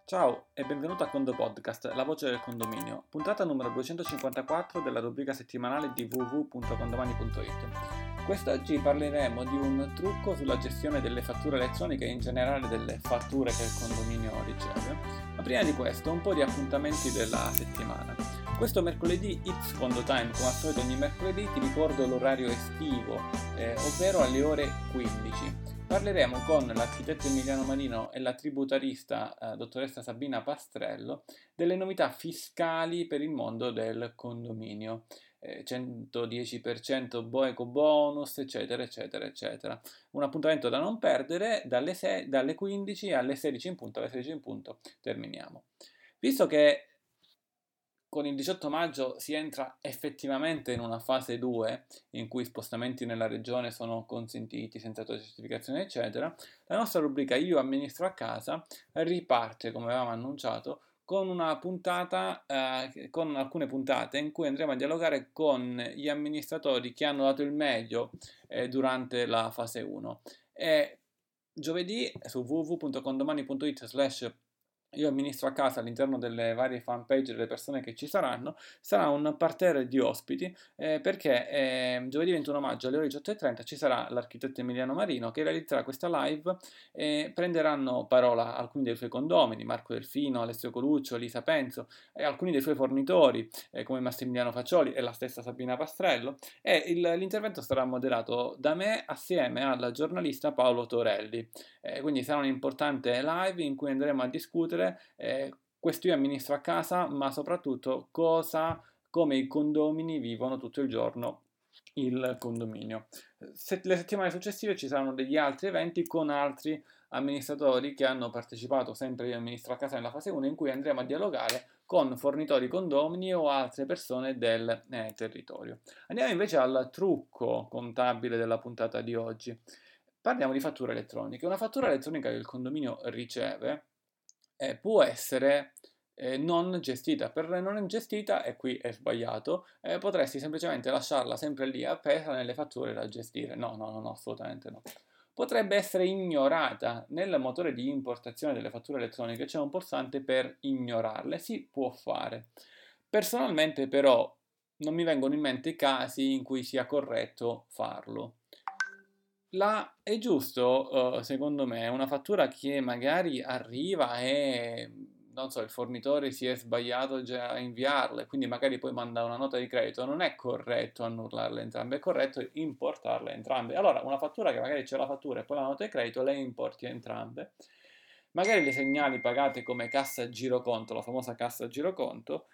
Ciao e benvenuto a Condo Podcast, la voce del condominio, puntata numero 254 della rubrica settimanale di www.condomani.it. Quest'oggi parleremo di un trucco sulla gestione delle fatture elettroniche e in generale delle fatture che il condominio riceve, ma prima di questo un po' di appuntamenti della settimana. Questo mercoledì It's Condo Time, come al solito ogni mercoledì ti ricordo l'orario estivo, ovvero alle ore 15. Parleremo con l'architetto Emiliano Marino e la tributarista dottoressa Sabina Pastrello delle novità fiscali per il mondo del condominio, 110% Boeco bonus, eccetera, eccetera, eccetera. Un appuntamento da non perdere dalle 15 alle 16 in punto, alle 16 in punto terminiamo. Visto che con il 18 maggio si entra effettivamente in una fase 2 in cui spostamenti nella regione sono consentiti senza certificazione eccetera, la nostra rubrica Io amministro a casa riparte, come avevamo annunciato, con una puntata, con alcune puntate in cui andremo a dialogare con gli amministratori che hanno dato il meglio durante la fase 1. E giovedì su www.condomani.it/. Io amministro a casa all'interno delle varie fanpage delle persone che ci saranno, sarà un parterre di ospiti perché giovedì 21 maggio alle ore 18:30 ci sarà l'architetto Emiliano Marino che realizzerà questa live e prenderanno parola alcuni dei suoi condomini, Marco Delfino, Alessio Coluccio, Lisa Penzo e alcuni dei suoi fornitori come Massimiliano Faccioli e la stessa Sabina Pastrello e l'intervento sarà moderato da me assieme al giornalista Paolo Torelli. Quindi sarà un'importante live in cui andremo a discutere questo io amministro a casa, ma soprattutto come i condomini vivono tutto il giorno il condominio. Le settimane successive ci saranno degli altri eventi con altri amministratori che hanno partecipato sempre io amministro a casa nella fase 1 in cui andremo a dialogare con fornitori condomini o altre persone del territorio. Andiamo invece al trucco contabile della puntata di oggi. Parliamo di fatture elettroniche. Una fattura elettronica che il condominio riceve può essere non gestita. Per non gestita, e qui è sbagliato, potresti semplicemente lasciarla sempre lì appesa nelle fatture da gestire. No, no, no, no, assolutamente no. Potrebbe essere ignorata. Nel motore di importazione delle fatture elettroniche c'è un pulsante per ignorarle. Si può fare. Personalmente, però, non mi vengono in mente casi in cui sia corretto farlo. È giusto, secondo me, una fattura che magari arriva e, non so, il fornitore si è sbagliato già a inviarla e quindi magari poi manda una nota di credito, non è corretto annullarle entrambe, è corretto importarle entrambe. Allora, una fattura che magari c'è la fattura e poi la nota di credito, le importi entrambe. Magari le segnali pagate come cassa giroconto, la famosa cassa giroconto,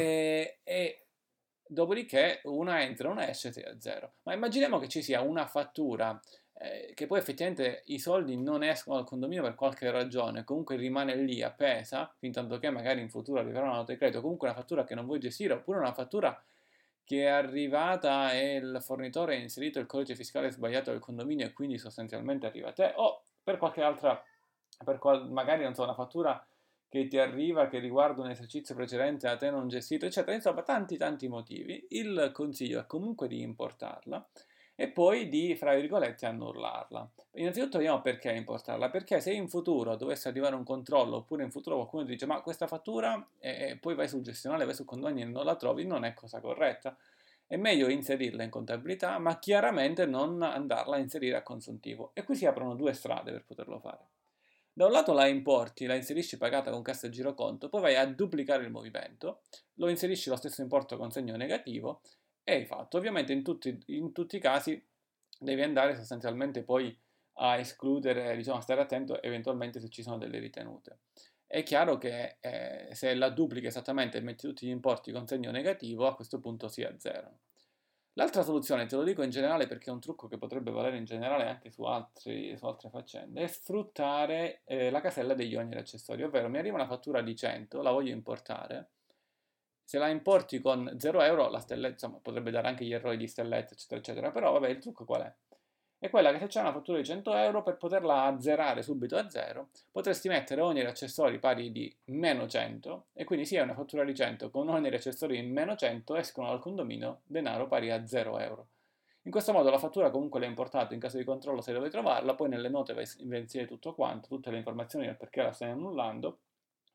e dopodiché una entra, una esce, 6 a 0. Ma immaginiamo che ci sia una fattura che poi effettivamente i soldi non escono dal condominio per qualche ragione, comunque rimane lì appesa, fin tanto che magari in futuro arriverà una nota di credito, comunque una fattura che non vuoi gestire, oppure una fattura che è arrivata e il fornitore ha inserito il codice fiscale sbagliato del condominio e quindi sostanzialmente arriva a te, o per qualche altra, magari non so, una fattura che ti arriva che riguarda un esercizio precedente a te non gestito, eccetera, insomma tanti tanti motivi. Il consiglio è comunque di importarla e poi di, fra virgolette, annullarla. Innanzitutto vediamo perché importarla, perché se in futuro dovesse arrivare un controllo oppure in futuro qualcuno ti dice ma questa fattura e poi vai sul gestionale, vai sul condominio e non la trovi, non è cosa corretta. È meglio inserirla in contabilità, ma chiaramente non andarla a inserire a consuntivo. E qui si aprono due strade per poterlo fare. Da un lato la importi, la inserisci pagata con cassa e giroconto, poi vai a duplicare il movimento, lo inserisci lo stesso importo con segno negativo e hai fatto. Ovviamente in tutti i casi devi andare sostanzialmente poi a escludere, diciamo, a stare attento eventualmente se ci sono delle ritenute. È chiaro che se la duplichi esattamente e metti tutti gli importi con segno negativo, a questo punto si azzerano. L'altra soluzione, te lo dico in generale perché è un trucco che potrebbe valere in generale anche su altre faccende, è sfruttare la casella degli oneri accessori, ovvero mi arriva una fattura di 100, la voglio importare, se la importi con 0 euro, la stelletta, insomma, potrebbe dare anche gli errori di stelletta, eccetera, eccetera, però vabbè, il trucco qual è? È quella che se c'è una fattura di 100 euro, per poterla azzerare subito a zero, potresti mettere oneri accessori pari di meno 100, e quindi se hai una fattura di 100 con oneri accessori di meno 100, escono dal condominio denaro pari a 0 euro. In questo modo la fattura comunque l'hai importata, in caso di controllo sai dove trovarla, poi nelle note vai a inserire tutto quanto, tutte le informazioni del perché la stai annullando,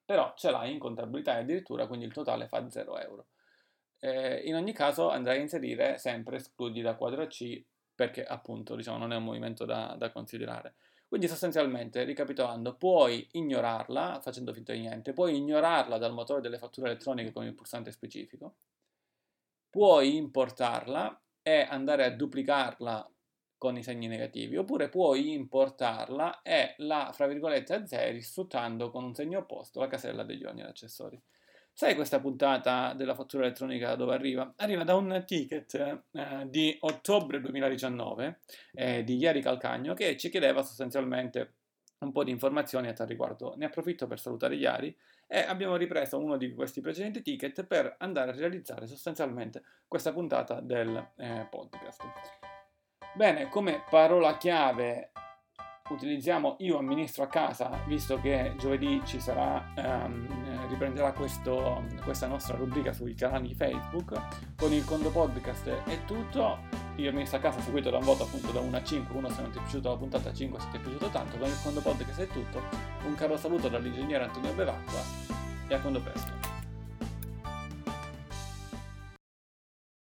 però ce l'hai in contabilità addirittura, quindi il totale fa 0 euro. In ogni caso andrai a inserire sempre escludi da quadro C, perché appunto diciamo non è un movimento da considerare. Quindi sostanzialmente, ricapitolando, puoi ignorarla facendo finta di niente, puoi ignorarla dal motore delle fatture elettroniche con il pulsante specifico, puoi importarla e andare a duplicarla con i segni negativi, oppure puoi importarla e la, fra virgolette, azzeri sfruttando con un segno opposto la casella degli ogni accessori. Sai questa puntata della fattura elettronica da dove arriva? Arriva da un ticket di ottobre 2019 di Ieri Calcagno, che ci chiedeva sostanzialmente un po' di informazioni a tal riguardo. Ne approfitto per salutare Ieri e abbiamo ripreso uno di questi precedenti ticket per andare a realizzare sostanzialmente questa puntata del podcast. Bene, come parola chiave utilizziamo io amministro a casa, visto che giovedì ci sarà, riprenderà questa nostra rubrica sui canali Facebook. Con il Condo Podcast è tutto. Io amministro a casa, seguito da un voto appunto da 1 a 5, 1 se non ti è piaciuta la puntata, 5 se ti è piaciuto tanto. Con il Condo Podcast è tutto. Un caro saluto dall'ingegnere Antonio Bevacqua e a quando presto.